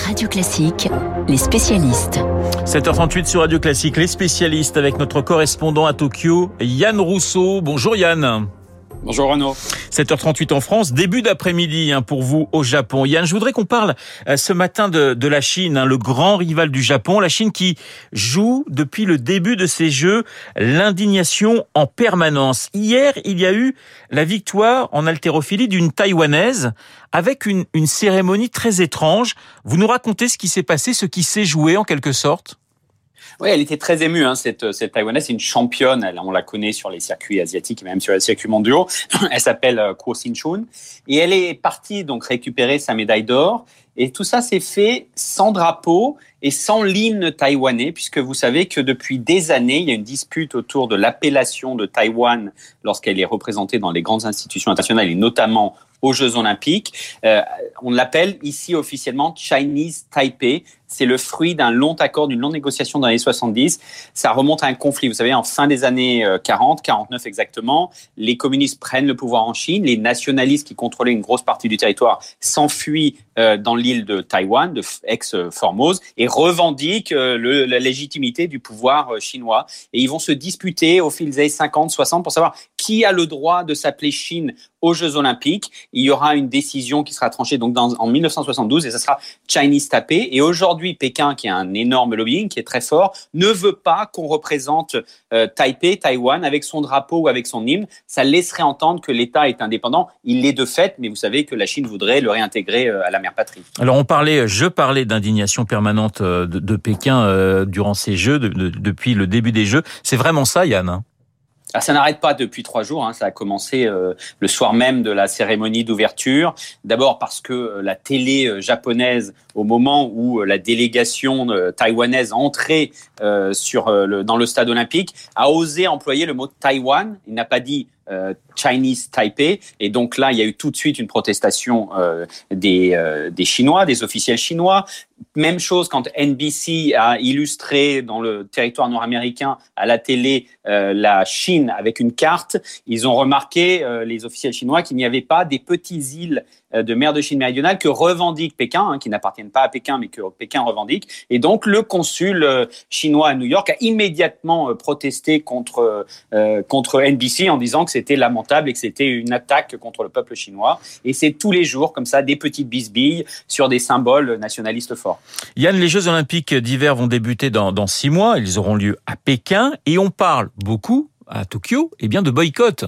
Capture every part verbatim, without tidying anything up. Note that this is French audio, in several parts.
Radio Classique, les spécialistes. sept heures trente-huit sur Radio Classique, les spécialistes avec notre correspondant à Tokyo, Yann Rousseau. Bonjour Yann. Bonjour Renaud. sept heures trente-huit en France, début d'après-midi hein, pour vous au Japon. Yann, je voudrais qu'on parle euh, ce matin de, de la Chine, hein, le grand rival du Japon. La Chine qui joue depuis le début de ces Jeux l'indignation en permanence. Hier, il y a eu la victoire en haltérophilie d'une Taïwanaise avec une, une cérémonie très étrange. Vous nous racontez ce qui s'est passé, ce qui s'est joué en quelque sorte ? Oui, elle était très émue, hein, cette, cette Taïwanaise. C'est une championne. Elle, on la connaît sur les circuits asiatiques et même sur les circuits mondiaux. Elle s'appelle Kuo Sin-chun. Et elle est partie donc récupérer sa médaille d'or. Et tout ça s'est fait sans drapeau et sans l'hymne taïwanais, puisque vous savez que depuis des années, il y a une dispute autour de l'appellation de Taïwan lorsqu'elle est représentée dans les grandes institutions internationales et notamment aux Jeux Olympiques. Euh, on l'appelle ici officiellement Chinese Taipei. C'est le fruit d'un long accord, d'une longue négociation dans les années soixante-dix. Ça remonte à un conflit. Vous savez, en fin des années quarante, quarante-neuf exactement, les communistes prennent le pouvoir en Chine. Les nationalistes qui contrôlaient une grosse partie du territoire s'enfuient euh, dans l'île de Taïwan, de ex-Formose, et revendiquent euh, le, la légitimité du pouvoir euh, chinois. Et ils vont se disputer au fil des années cinquante, soixante pour savoir qui a le droit de s'appeler Chine aux Jeux Olympiques. Il y aura une décision qui sera tranchée donc dans, en dix-neuf cent soixante-douze et ça sera Chinese Taipei. Et aujourd'hui, Pékin, qui a un énorme lobbying, qui est très fort, ne veut pas qu'on représente euh, Taipei, Taïwan, avec son drapeau ou avec son hymne. Ça laisserait entendre que l'État est indépendant. Il l'est de fait, mais vous savez que la Chine voudrait le réintégrer euh, à la mère patrie. Alors on parlait, je parlais d'indignation permanente de, de Pékin euh, durant ces Jeux, de, de, depuis le début des Jeux. C'est vraiment ça, Yann, hein? Ah, ça n'arrête pas depuis trois jours. Hein. Ça a commencé euh, le soir même de la cérémonie d'ouverture. D'abord parce que euh, la télé euh, japonaise, au moment où euh, la délégation euh, taïwanaise entrait euh, sur euh, le, dans le stade olympique, a osé employer le mot Taïwan. Il n'a pas dit euh, Chinese Taipei. Et donc là, il y a eu tout de suite une protestation euh, des, euh, des Chinois, des officiels chinois. Même chose quand N B C a illustré dans le territoire nord-américain à la télé euh, la Chine avec une carte. Ils ont remarqué, euh, les officiels chinois, qu'il n'y avait pas des petites îles euh, de mer de Chine méridionale que revendique Pékin, hein, qui n'appartiennent pas à Pékin mais que Pékin revendique. Et donc le consul euh, chinois à New York a immédiatement euh, protesté contre euh, contre N B C en disant que c'était lamentable et que c'était une attaque contre le peuple chinois. Et c'est tous les jours comme ça des petites bisbilles sur des symboles nationalistes forts. Yann, les Jeux Olympiques d'hiver vont débuter dans, dans six mois. Ils auront lieu à Pékin et on parle beaucoup à Tokyo, eh bien de boycott.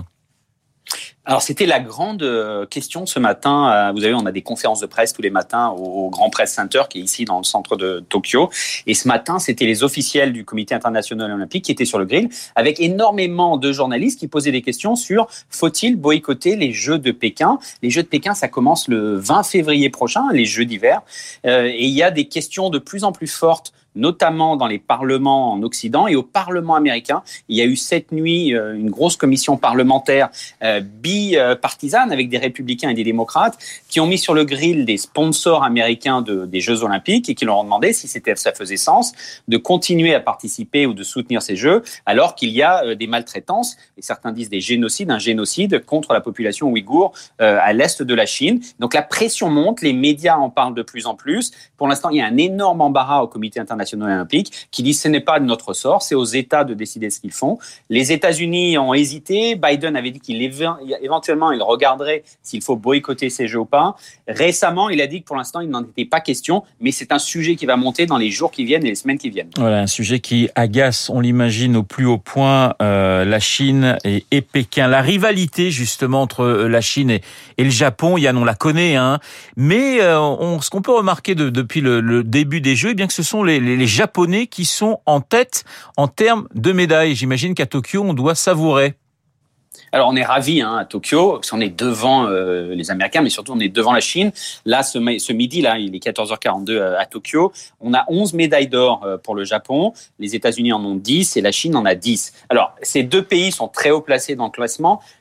Alors, c'était la grande question ce matin. Vous savez, on a des conférences de presse tous les matins au Grand Press Center, qui est ici dans le centre de Tokyo. Et ce matin, c'était les officiels du Comité international olympique qui étaient sur le grill, avec énormément de journalistes qui posaient des questions sur faut-il boycotter les Jeux de Pékin ? Les Jeux de Pékin, ça commence le vingt février prochain, les Jeux d'hiver. Euh, et il y a des questions de plus en plus fortes, notamment dans les parlements en Occident et au Parlement américain. Il y a eu cette nuit euh, une grosse commission parlementaire euh, bipartisane avec des républicains et des démocrates qui ont mis sur le grill des sponsors américains de, des Jeux Olympiques et qui leur ont demandé si c'était, ça faisait sens de continuer à participer ou de soutenir ces Jeux alors qu'il y a euh, des maltraitances et certains disent des génocides, un génocide contre la population ouïghour euh, à l'est de la Chine. Donc la pression monte, les médias en parlent de plus en plus. Pour l'instant, il y a un énorme embarras au Comité international olympique qui dit que ce n'est pas de notre sort, c'est aux États de décider ce qu'ils font. Les États-Unis ont hésité. Biden avait dit qu'il éve- éventuellement il regarderait s'il faut boycotter ces Jeux ou pas. Récemment, il a dit que pour l'instant il n'en était pas question, mais c'est un sujet qui va monter dans les jours qui viennent et les semaines qui viennent. Voilà, un sujet qui agace, on l'imagine, au plus haut point euh, la Chine et, et Pékin. La rivalité justement entre la Chine et, et le Japon, Yann, on la connaît, hein. Mais euh, on, ce qu'on peut remarquer de, depuis le, le début des Jeux, eh bien que ce sont les, les, les Japonais qui sont en tête en termes de médailles. J'imagine qu'à Tokyo, on doit savourer. Alors on est ravis hein, à Tokyo, parce qu'on est devant euh, les Américains, mais surtout on est devant la Chine. Là, ce, ce midi, là, il est quatorze heures quarante-deux à Tokyo. On a onze médailles d'or pour le Japon. Les États-Unis en ont dix et la Chine en a dix. Alors, ces deux pays sont très haut placés dans le classement,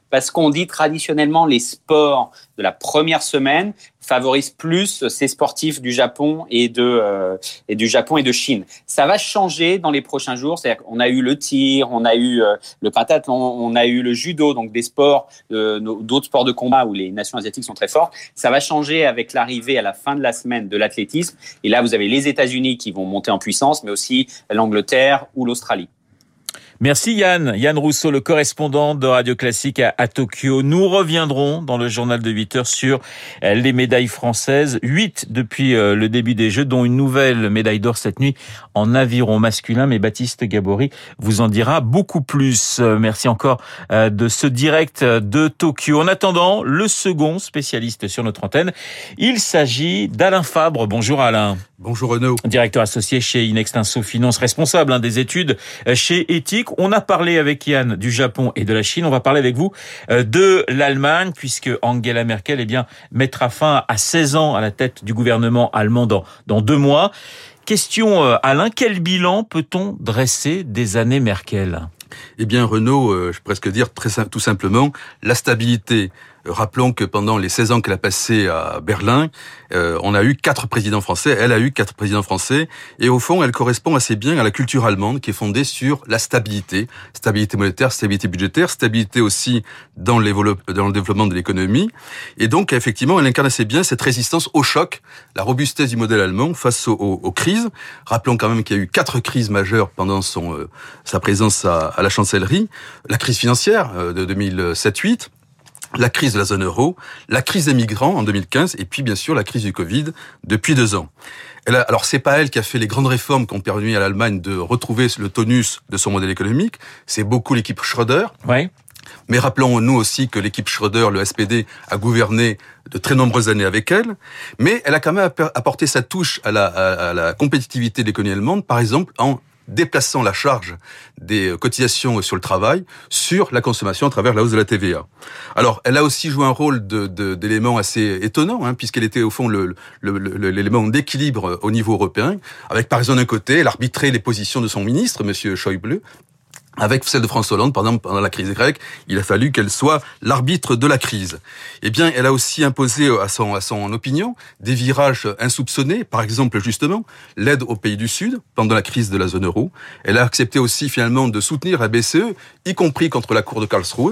parce qu'on dit traditionnellement les sports de la première semaine favorisent plus ces sportifs du Japon et de euh, et du Japon et de Chine. Ça va changer dans les prochains jours. C'est-à-dire qu'on a eu le tir, on a eu euh, le pentathlon, on a eu le judo, donc des sports, euh, d'autres sports de combat où les nations asiatiques sont très fortes. Ça va changer avec l'arrivée à la fin de la semaine de l'athlétisme. Et là, vous avez les États-Unis qui vont monter en puissance, mais aussi l'Angleterre ou l'Australie. Merci Yann. Yann Rousseau, le correspondant de Radio Classique à, à Tokyo. Nous reviendrons dans le journal de huit heures sur les médailles françaises. huit depuis le début des Jeux, dont une nouvelle médaille d'or cette nuit en aviron masculin. Mais Baptiste Gabory vous en dira beaucoup plus. Merci encore de ce direct de Tokyo. En attendant, le second spécialiste sur notre antenne, il s'agit d'Alain Fabre. Bonjour Alain. Bonjour Renaud. Directeur associé chez Inextinso Finance, responsable hein, des études chez Ethique. On a parlé avec Yann du Japon et de la Chine. On va parler avec vous de l'Allemagne, puisque Angela Merkel eh bien, mettra fin à seize ans à la tête du gouvernement allemand dans, dans deux mois. Question, Alain, quel bilan peut-on dresser des années Merkel ? Eh bien, Renaud, euh, je peux presque dire très tout simplement la stabilité. Rappelons que pendant les seize ans qu'elle a passé à Berlin, euh, on a eu quatre présidents français, elle a eu quatre présidents français, et au fond, elle correspond assez bien à la culture allemande qui est fondée sur la stabilité, stabilité monétaire, stabilité budgétaire, stabilité aussi dans, dans le développement de l'économie, et donc effectivement, elle incarne assez bien cette résistance au choc, la robustesse du modèle allemand face aux, aux, aux crises. Rappelons quand même qu'il y a eu quatre crises majeures pendant son euh, sa présence à, à la chancellerie, la crise financière euh, de deux mille sept huit, la crise de la zone euro, la crise des migrants en deux mille quinze et puis bien sûr la crise du Covid depuis deux ans. Elle a, alors c'est pas elle qui a fait les grandes réformes qui ont permis à l'Allemagne de retrouver le tonus de son modèle économique, c'est beaucoup l'équipe Schröder. Ouais. Mais rappelons-nous aussi que l'équipe Schröder, le S P D, a gouverné de très nombreuses années avec elle, mais elle a quand même apporté sa touche à la, à, à la compétitivité de l'économie allemande, par exemple en déplaçant la charge des cotisations sur le travail sur la consommation à travers la hausse de la T V A. Alors, elle a aussi joué un rôle de, de, d'élément assez étonnant, hein, puisqu'elle était au fond le, le, le, l'élément d'équilibre au niveau européen, avec par exemple d'un côté, elle arbitrait les positions de son ministre, Monsieur Schäuble, avec celle de François Hollande, par exemple, pendant la crise grecque, il a fallu qu'elle soit l'arbitre de la crise. Eh bien, elle a aussi imposé à son, à son opinion des virages insoupçonnés, par exemple, justement, l'aide aux pays du Sud pendant la crise de la zone euro. Elle a accepté aussi, finalement, de soutenir la B C E, y compris contre la Cour de Karlsruhe.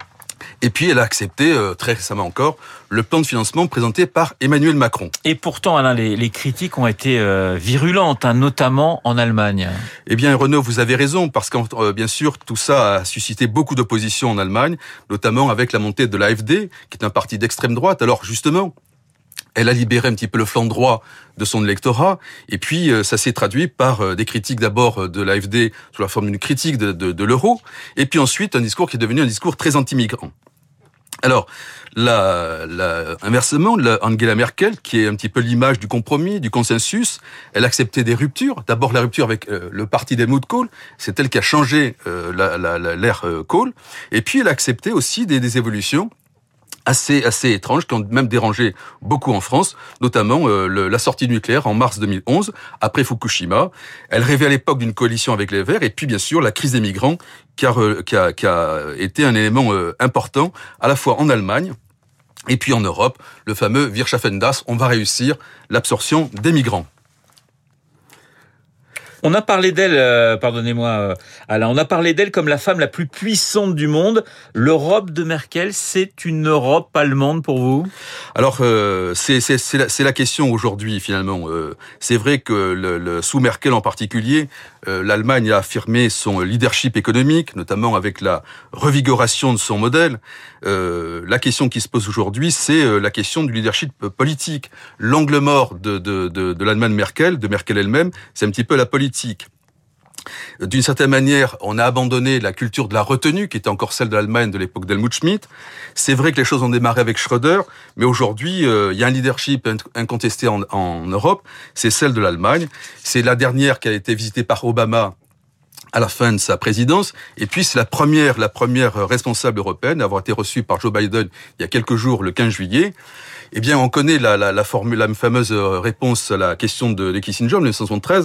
Et puis, elle a accepté, euh, très récemment encore, le plan de financement présenté par Emmanuel Macron. Et pourtant, Alain, les, les critiques ont été euh, virulentes, hein, notamment en Allemagne. Eh bien, Renaud, vous avez raison, parce que, euh, bien sûr, tout ça a suscité beaucoup d'opposition en Allemagne, notamment avec la montée de l'A F D, qui est un parti d'extrême droite. Alors, justement, elle a libéré un petit peu le flanc droit de son électorat, et puis euh, ça s'est traduit par euh, des critiques d'abord de l'A F D sous la forme d'une critique de, de, de l'euro, et puis ensuite un discours qui est devenu un discours très anti-migrant. Alors, la, la, inversement, la Angela Merkel, qui est un petit peu l'image du compromis, du consensus, elle a accepté des ruptures. D'abord, la rupture avec euh, le parti d'Helmut Kohl, c'est elle qui a changé euh, la, la, la, l'ère euh, Kohl, et puis elle a accepté aussi des, des évolutions assez assez étranges qui ont même dérangé beaucoup en France, notamment euh, le, la sortie nucléaire en mars deux mille onze après Fukushima. Elle rêvait à l'époque d'une coalition avec les Verts, et puis bien sûr la crise des migrants qui a, qui a, qui a été un élément euh, important à la fois en Allemagne et puis en Europe, le fameux Wir schaffen das, on va réussir l'absorption des migrants. On a parlé d'elle, euh, pardonnez-moi euh, Alain, on a parlé d'elle comme la femme la plus puissante du monde. L'Europe de Merkel, c'est une Europe allemande pour vous ? Alors, euh, c'est, c'est, c'est, la, c'est la question aujourd'hui, finalement. Euh, c'est vrai que le, le, sous Merkel en particulier, euh, l'Allemagne a affirmé son leadership économique, notamment avec la revigoration de son modèle. Euh, la question qui se pose aujourd'hui, c'est euh, la question du leadership politique. L'angle mort de, de, de, de l'Allemagne Merkel, de Merkel elle-même, c'est un petit peu la politique. D'une certaine manière, on a abandonné la culture de la retenue, qui était encore celle de l'Allemagne de l'époque d'Helmut Schmidt. C'est vrai que les choses ont démarré avec Schröder, mais aujourd'hui, euh, il y a un leadership incontesté en, en Europe, c'est celle de l'Allemagne. C'est la dernière qui a été visitée par Obama à la fin de sa présidence, et puis c'est la première, la première responsable européenne à avoir été reçue par Joe Biden il y a quelques jours, le quinze juillet. Eh bien, on connaît la, la, la formule, la fameuse réponse à la question de, de Kissinger en dix-neuf cent soixante-treize.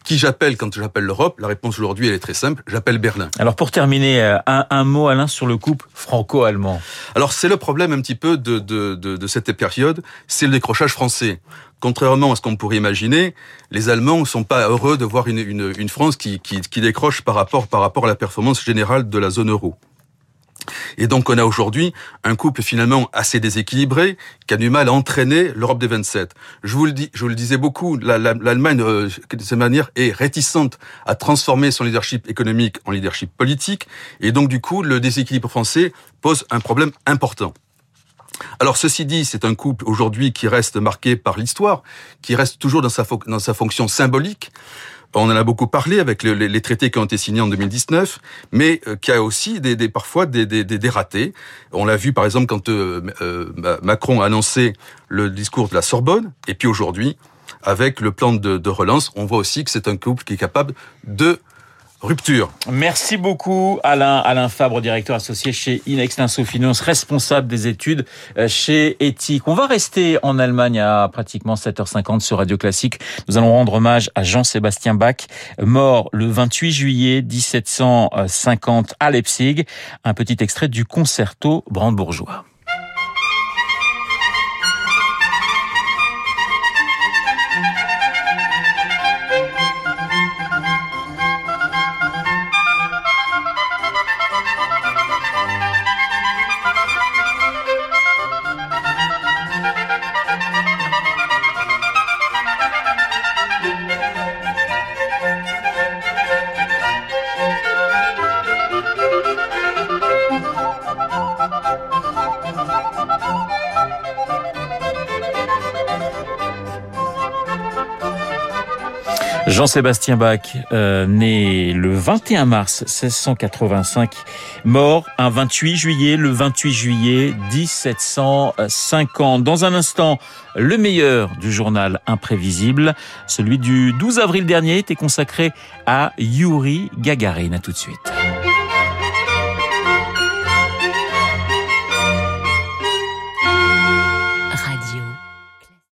Qui j'appelle quand j'appelle l'Europe? La réponse aujourd'hui, elle est très simple. J'appelle Berlin. Alors pour terminer, un, un mot, Alain, sur le couple franco-allemand. Alors c'est le problème un petit peu de, de, de, de cette période, c'est le décrochage français. Contrairement à ce qu'on pourrait imaginer, les Allemands ne sont pas heureux de voir une, une, une France qui, qui, qui décroche par rapport, par rapport à la performance générale de la zone euro. Et donc on a aujourd'hui un couple finalement assez déséquilibré qui a du mal à entraîner l'Europe des vingt-sept. Je vous le dis, je vous le disais beaucoup, la, la, l'Allemagne euh, de cette manière est réticente à transformer son leadership économique en leadership politique, et donc du coup le déséquilibre français pose un problème important. Alors ceci dit, c'est un couple aujourd'hui qui reste marqué par l'histoire, qui reste toujours dans sa, fo- dans sa fonction symbolique. On en a beaucoup parlé avec le, les, les traités qui ont été signés en deux mille dix-neuf, mais euh, qui a aussi des, des, parfois des, des, des, des ratés. On l'a vu par exemple quand euh, euh, Macron a annoncé le discours de la Sorbonne, et puis aujourd'hui, avec le plan de, de relance, on voit aussi que c'est un couple qui est capable de rupture. Merci beaucoup Alain. Alain Fabre, directeur associé chez Inextinso Finance, responsable des études chez Ethique. On va rester en Allemagne à pratiquement sept heures cinquante sur Radio Classique. Nous allons rendre hommage à Jean-Sébastien Bach, mort le vingt-huit juillet dix-sept cent cinquante à Leipzig. Un petit extrait du concerto brandebourgeois. Jean-Sébastien Bach, euh, né le vingt et un mars seize cent quatre-vingt-cinq, mort un vingt-huit juillet, le vingt-huit juillet dix-sept cent cinquante. Dans un instant, le meilleur du journal imprévisible, celui du douze avril dernier, était consacré à Youri Gagarin. À tout de suite.